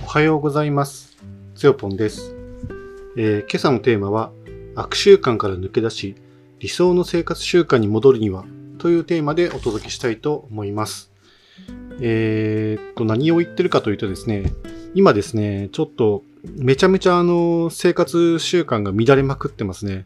はようございます。つよぽんです。今朝のテーマは、悪習慣から抜け出し、理想の生活習慣に戻るにはというテーマでお届けしたいと思います。何を言ってるかというとですね、今ですね、ちょっとめちゃめちゃ生活習慣が乱れまくってますね。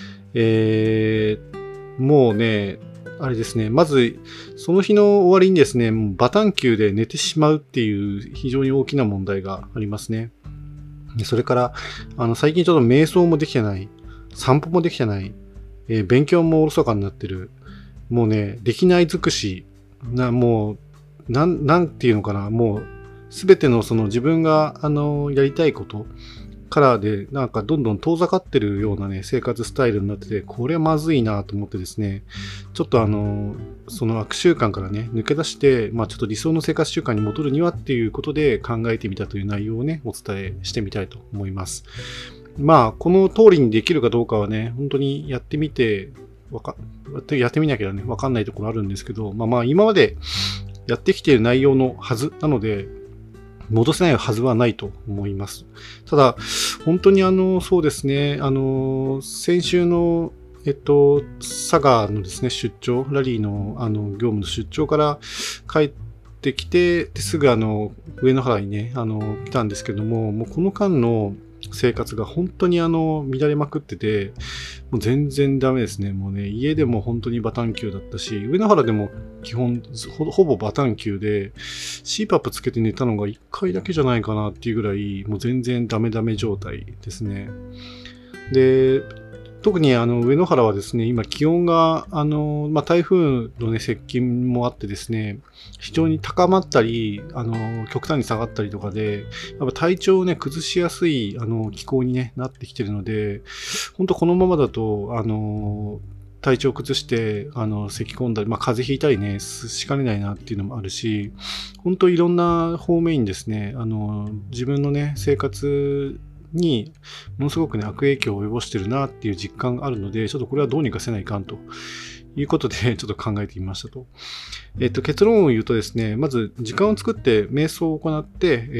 もうね、あれですね、まずその日の終わりにですね、もうバタンキューで寝てしまうっていう非常に大きな問題がありますね。それから、最近ちょっと瞑想もできてない、散歩もできてない、勉強もおろそかになってる、もうね、できない尽くし、もう、なんていうのかな、もう、すべてのその自分が、やりたいことからで、なんかどんどん遠ざかってるようなね、生活スタイルになってて、これはまずいなと思ってですね、ちょっとその悪習慣からね、抜け出して、ちょっと理想の生活習慣に戻るにはっていうことで考えてみたという内容をね、お伝えしてみたいと思います。この通りにできるかどうかはね、本当にやってみて、やってみなきゃね、わかんないところあるんですけど、今までやってきている内容のはずなので、戻せないはずはないと思います。ただ、本当にそうですね、先週の、佐賀のですね、出張、ラリーの、業務の出張から帰ってきて、すぐ上野原にね、来たんですけども、もうこの間の生活が本当に乱れまくってて、もう全然ダメですね。もうね、家でも本当にバタンキューだったし、上野原でも基本ほぼバタンキューで、CPAP つけて寝たのが1回だけじゃないかなっていうぐらい、もう全然ダメ状態ですね。で、特に上野原はですね、今気温が台風のね、接近もあってですね、非常に高まったり、極端に下がったりとかで、やっぱ体調をね、崩しやすい気候に、ね、なってきてるので、本当このままだと、体調を崩して、咳込んだり、風邪ひいたりね、しかねないなっていうのもあるし、本当いろんな方面にですね、自分のね、生活にものすごくね、悪影響を及ぼしてるなっていう実感があるので、ちょっとこれはどうにかせないかんということで、ちょっと考えてみましたと。結論を言うとですね、まず時間を作って瞑想を行って、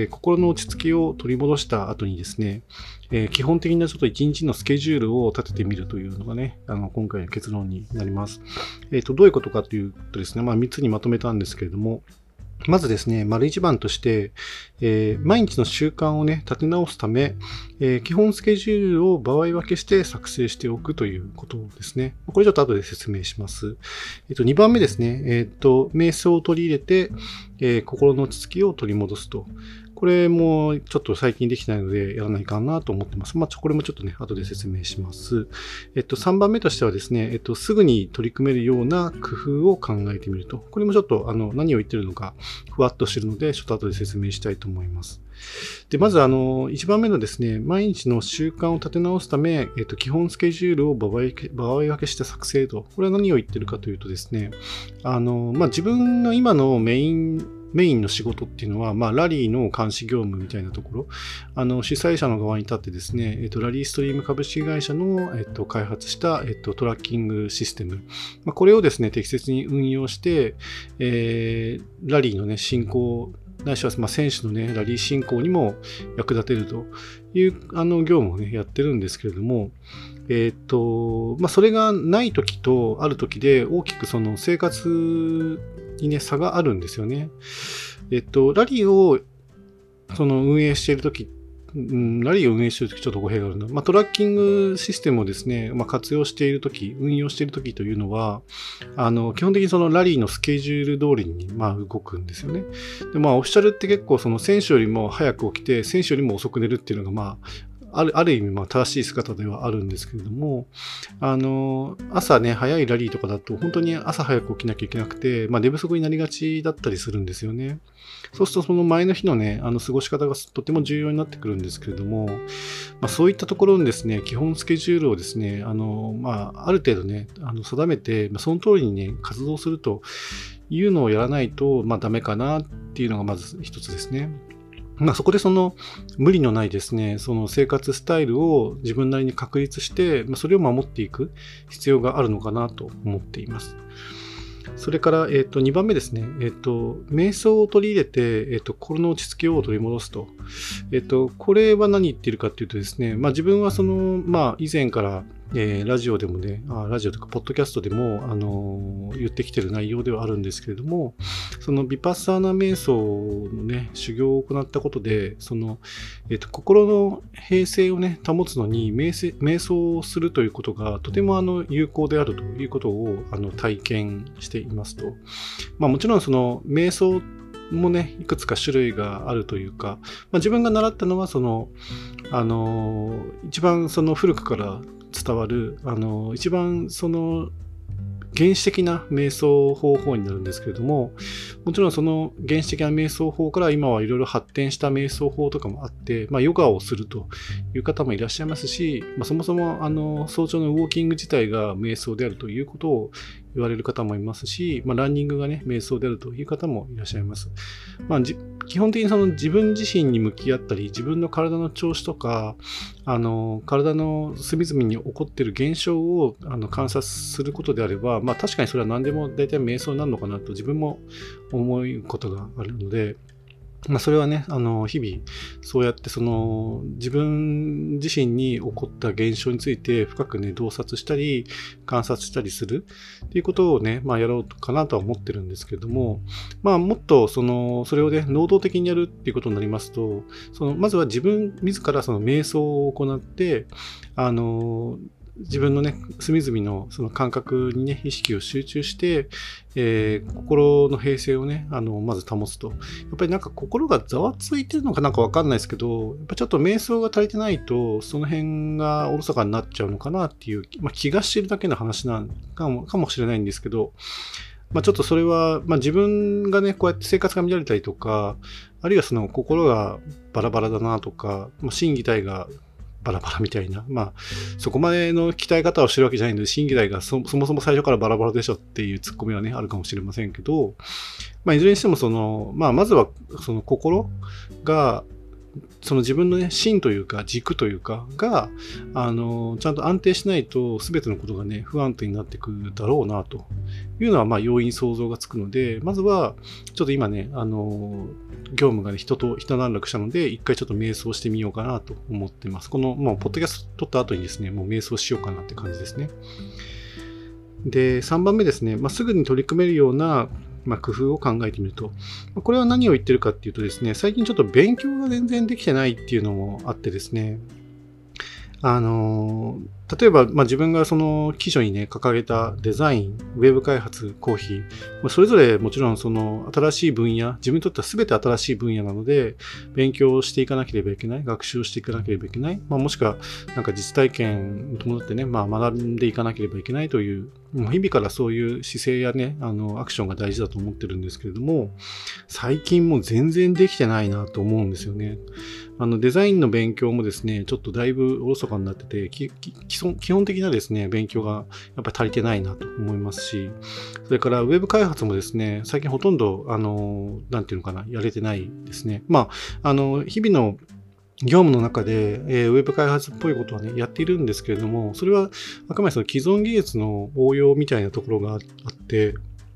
心の落ち着きを取り戻した後にですね、基本的なちょっと一日のスケジュールを立ててみるというのがね、今回の結論になります。どういうことかというとですね、3つにまとめたんですけれども、まずですね、丸一番として、毎日の習慣をね、立て直すため、基本スケジュールを場合分けして作成しておくということですね。これちょっと後で説明します。2番目ですね、瞑想を取り入れて、心の落ち着きを取り戻すと。これもちょっと最近できてないのでやらないかなと思ってます。これもちょっとね、後で説明します。3番目としてはですね、すぐに取り組めるような工夫を考えてみると。これもちょっと何を言ってるのかふわっとしてるので、ちょっと後で説明したいと思います。で、まず1番目のですね、毎日の習慣を立て直すため、基本スケジュールを場合分けして作成と。これは何を言ってるかというとですね、自分の今のメインの仕事っていうのは、ラリーの監視業務みたいなところ、主催者の側に立ってですね、ラリーストリーム株式会社の、開発した、トラッキングシステム、これをですね、適切に運用して、ラリーのね、進行、ないしは、選手のね、ラリー進行にも役立てるという業務をね、やってるんですけれども、それがない時とある時で大きくその生活にね、差があるんですよね。ラリーを運営している時、ラリーを運営している時ちょっと語弊があるな。トラッキングシステムをですね、活用している時、運用している時というのは、基本的にそのラリーのスケジュール通りに、動くんですよね。で、オフィシャルって結構その選手よりも早く起きて、選手よりも遅く寝るっていうのが、ある意味正しい姿ではあるんですけれども、朝ね、早いラリーとかだと本当に朝早く起きなきゃいけなくて、寝不足になりがちだったりするんですよね。そうするとその前の日のね、過ごし方がとても重要になってくるんですけれども、そういったところにですね、基本スケジュールをですね、ある程度ね、定めて、その通りにね、活動するというのをやらないと、ダメかなっていうのがまず一つですね。そこでその無理のないですね、その生活スタイルを自分なりに確立して、それを守っていく必要があるのかなと思っています。 それから、2番目ですね。瞑想を取り入れて、心の落ち着きを取り戻すと。これは何言ってるかっていうとですね、自分は以前から、ラジオでもね、ラジオとか、ポッドキャストでも、言ってきてる内容ではあるんですけれども、そのビパッサーナ瞑想のね、修行を行ったことで、心の平静をね、保つのに瞑想をするということがとても有効であるということを体験していますと。もちろんその瞑想もね、いくつか種類があるというか、自分が習ったのは一番古くから伝わる、一番原始的な瞑想方法になるんですけれども、もちろんその原始的な瞑想法から今はいろいろ発展した瞑想法とかもあって、ヨガをするという方もいらっしゃいますし、そもそも早朝のウォーキング自体が瞑想であるということを言われる方もいますし、ランニングがね、瞑想であるという方もいらっしゃいます。基本的に自分自身に向き合ったり、自分の体の調子とか、体の隅々に起こっている現象を観察することであれば、確かにそれは何でも大体瞑想になるのかなと自分も思うことがあるので、それはね、日々、そうやって自分自身に起こった現象について深くね、洞察したり、観察したりするっていうことをね、やろうかなとは思ってるんですけれども、もっとそれをね、能動的にやるっていうことになりますと、まずは自ら瞑想を行って、自分のね、隅々のその感覚にね、意識を集中して、心の平静をね、まず保つと。やっぱりなんか心がざわついてるのかなんかわかんないですけど、やっぱちょっと瞑想が足りてないと、その辺がおろそかになっちゃうのかなっていう、気がしてるだけの話かもしれないんですけど、ちょっとそれは、自分がね、こうやって生活が乱れたりとか、あるいは心がバラバラだなとか、心技体がバラバラみたいな、そこまでの鍛え方をしてるわけじゃないので、心技体がそもそも最初からバラバラでしょっていうツッコミはね、あるかもしれませんけど、いずれにしてもまずは心が、自分のね、心というか軸というかが、ちゃんと安定しないと全てのことがね、不安定になってくるだろうなというのは、容易に想像がつくので、まずは、ちょっと今ね、業務がね、一段落したので、一回ちょっと瞑想してみようかなと思ってます。ポッドキャスト撮った後にですね、もう瞑想しようかなって感じですね。で、3番目ですね、すぐに取り組めるような工夫を考えてみると、これは何を言ってるかっていうとですね、最近ちょっと勉強が全然できてないっていうのもあってですね、例えば、自分が基準にね、掲げたデザイン、ウェブ開発、コーヒー、それぞれもちろん新しい分野、自分にとっては全て新しい分野なので、勉強をしていかなければいけない、学習をしていかなければいけない、もしくは、なんか実体験に伴ってね、学んでいかなければいけないという、日々からそういう姿勢やね、アクションが大事だと思ってるんですけれども、最近もう全然できてないなと思うんですよね。デザインの勉強もですね、ちょっとだいぶおろそかになってて、基本的なですね、勉強がやっぱり足りてないなと思いますし、それからウェブ開発もですね、最近ほとんど、なんていうのかな、やれてないですね。日々の業務の中で、ウェブ開発っぽいことはね、やっているんですけれども、それはあくまで既存技術の応用みたいなところがあって、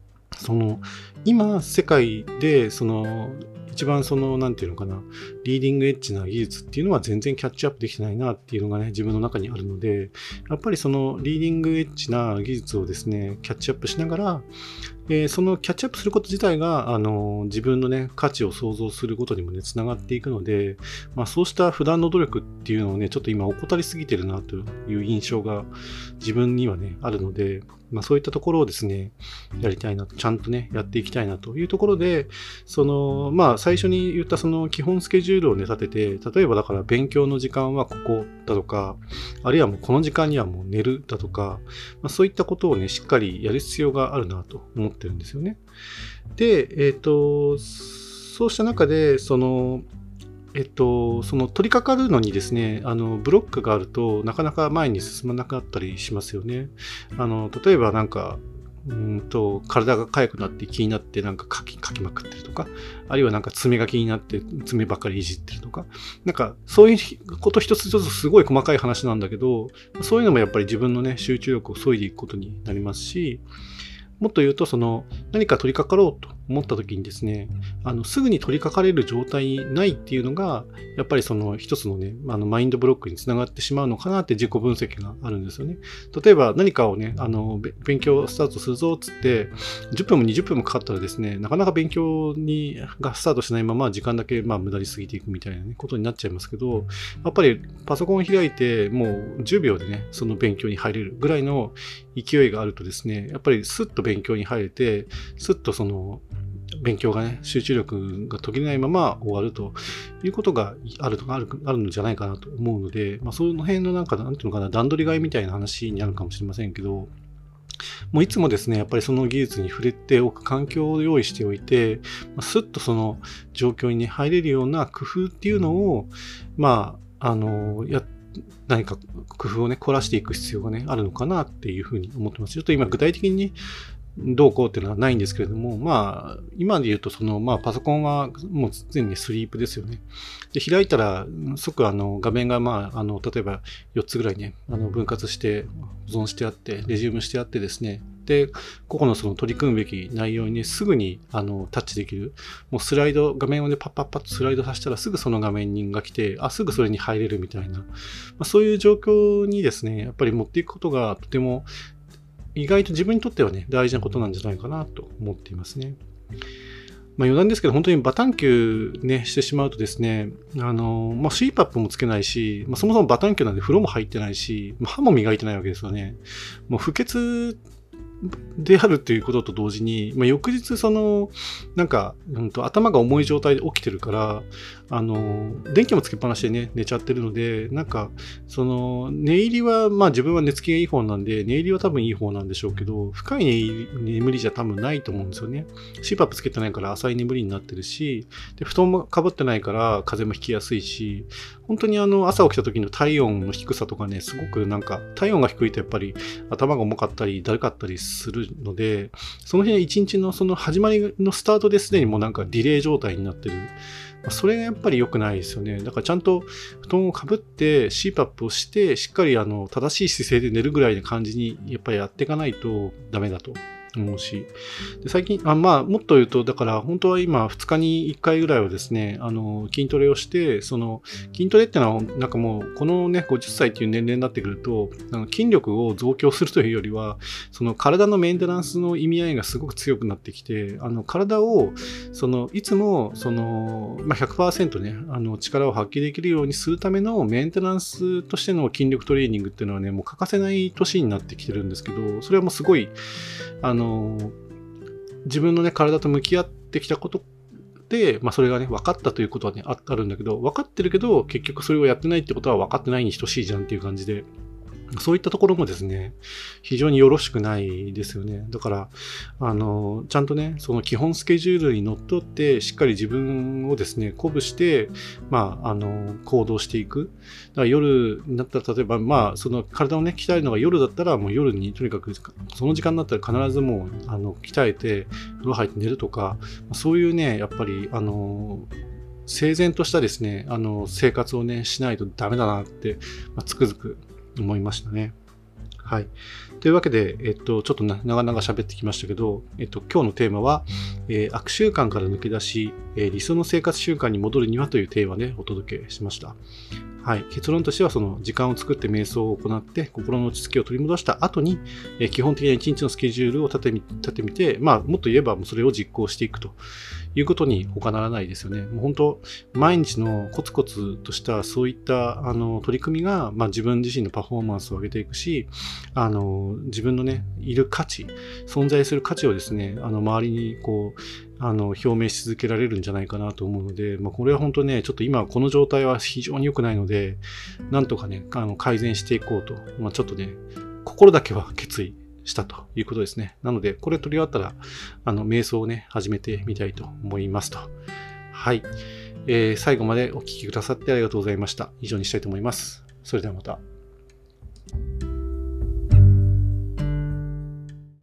今、世界で、一番なんていうのかな、リーディングエッジな技術っていうのは全然キャッチアップできてないなっていうのがね、自分の中にあるので、やっぱりリーディングエッジな技術をですね、キャッチアップしながら、そのキャッチアップすること自体が、自分のね、価値を創造することにもね、つながっていくので、そうした普段の努力っていうのをね、ちょっと今怠りすぎてるなという印象が自分にはね、あるので、そういったところをですね、やりたいなと、ちゃんとね、やっていきたいなというところで、最初に言った基本スケジュールをね、立てて、例えばだから勉強の時間はここだとか、あるいはもうこの時間にはもう寝るだとか、そういったことをね、しっかりやる必要があるなと思ってるんですよね。で、そうした中で、取り掛かるのにですね、ブロックがあるとなかなか前に進まなかったりしますよね。例えばなんか、体が痒くなって気になってなんかかきまくってるとか、あるいはなんか爪が気になって爪ばっかりいじってるとか、なんかそういうこと一つ一つすごい細かい話なんだけど、そういうのもやっぱり自分のね、集中力を削いでいくことになりますし、 もっと言うと、何か取り掛かろうと思った時にですね、すぐに取り掛かれる状態にないっていうのが、やっぱり一つのね、マインドブロックにつながってしまうのかなって自己分析があるんですよね。例えば何かをね、勉強スタートするぞっつって、10分も20分もかかったらですね、なかなか勉強がスタートしないまま時間だけ無駄に過ぎていくみたいな、ね、ことになっちゃいますけど、やっぱりパソコンを開いてもう10秒でね、その勉強に入れるぐらいの勢いがあるとですね、やっぱりスッと勉強に入れて、スッと勉強がね、集中力が途切れないまま終わるということがあるのじゃないかなと思うので、その辺のなんていうのかな、段取り買いみたいな話になるかもしれませんけど、もういつもですね、やっぱりその技術に触れておく環境を用意しておいて、スッとその状況に、ね、入れるような工夫っていうのを、何か工夫をね、凝らしていく必要がね、あるのかなっていうふうに思ってます。ちょっと今具体的にね、どうこうっていうのはないんですけれども、今で言うと、パソコンはもう常にスリープですよね。で、開いたら、即画面が、例えば4つぐらいね、分割して保存してあって、レジュームしてあってですね、で、個々の取り組むべき内容にね、すぐにタッチできる。もう画面をね、パッパッパッとスライドさせたらすぐその画面が来て、すぐそれに入れるみたいな、そういう状況にですね、やっぱり持っていくことがとても意外と自分にとってはね、大事なことなんじゃないかなと思っていますね。余談ですけど、本当にバタンキューね、してしまうとですね、CPAP もつけないし、そもそもバタンキューなんで風呂も入ってないし、歯も磨いてないわけですよね。もう不潔であるということと同時に、翌日頭が重い状態で起きてるから、電気もつけっぱなしでね、寝ちゃってるので、寝入りは、自分は寝つきがいい方なんで、寝入りは多分いい方なんでしょうけど、深い眠りじゃ多分ないと思うんですよね。CPAP つけてないから浅い眠りになってるし、で布団もかぶってないから風邪もひきやすいし、本当に朝起きた時の体温の低さとかね、すごく体温が低いとやっぱり頭が重かったり、だるかったりするので、その日の一日のその始まりのスタートですでにもうディレイ状態になってる。それがやっぱり良くないですよね。だからちゃんと布団をかぶって CPAP をして、しっかり正しい姿勢で寝るぐらいの感じにやっぱりやっていかないとダメだと思うし。で最近、もっと言うと、だから本当は今2日に1回ぐらいはですね、筋トレをして、筋トレってのはもうこのね、50歳っていう年齢になってくると、筋力を増強するというよりは、体のメンテナンスの意味合いがすごく強くなってきて、体を、いつも、100% ね、力を発揮できるようにするためのメンテナンスとしての筋力トレーニングっていうのはね、もう欠かせない年になってきてるんですけど、それはもうすごい、自分のね、体と向き合ってきたことで、それがね、分かったということはね、あるんだけど、分かってるけど、結局それをやってないってことは分かってないに等しいじゃんっていう感じで、そういったところもですね、非常によろしくないですよね。だから、ちゃんとね、その基本スケジュールにのっとって、しっかり自分をですね、鼓舞して、行動していく。だから夜になったら、例えば、その体をね、鍛えるのが夜だったら、もう夜にとにかく、その時間になったら必ずもう、鍛えて、風呂入って寝るとか、そういうね、やっぱり、整然としたですね、生活をね、しないとダメだなって、つくづく思いましたね。はい。というわけで、ちょっと長々喋ってきましたけど、今日のテーマは、悪習慣から抜け出し、理想の生活習慣に戻るにはというテーマでお届けしました。はい。結論としては、時間を作って瞑想を行って、心の落ち着きを取り戻した後に、基本的な一日のスケジュールを立てみて、もっと言えば、それを実行していくということに他ならないですよね。もう本当、毎日のコツコツとしたそういった取り組みが、自分自身のパフォーマンスを上げていくし、自分のね、いる価値、存在する価値をですね、周りに表明し続けられるんじゃないかなと思うので、これは本当ね、ちょっと今この状態は非常に良くないので、なんとかね、改善していこうと、ちょっとね、心だけは決意したということですね。なので、これ取り終わったら、瞑想をね、始めてみたいと思いますと。はい。最後までお聞きくださってありがとうございました。以上にしたいと思います。それではまた。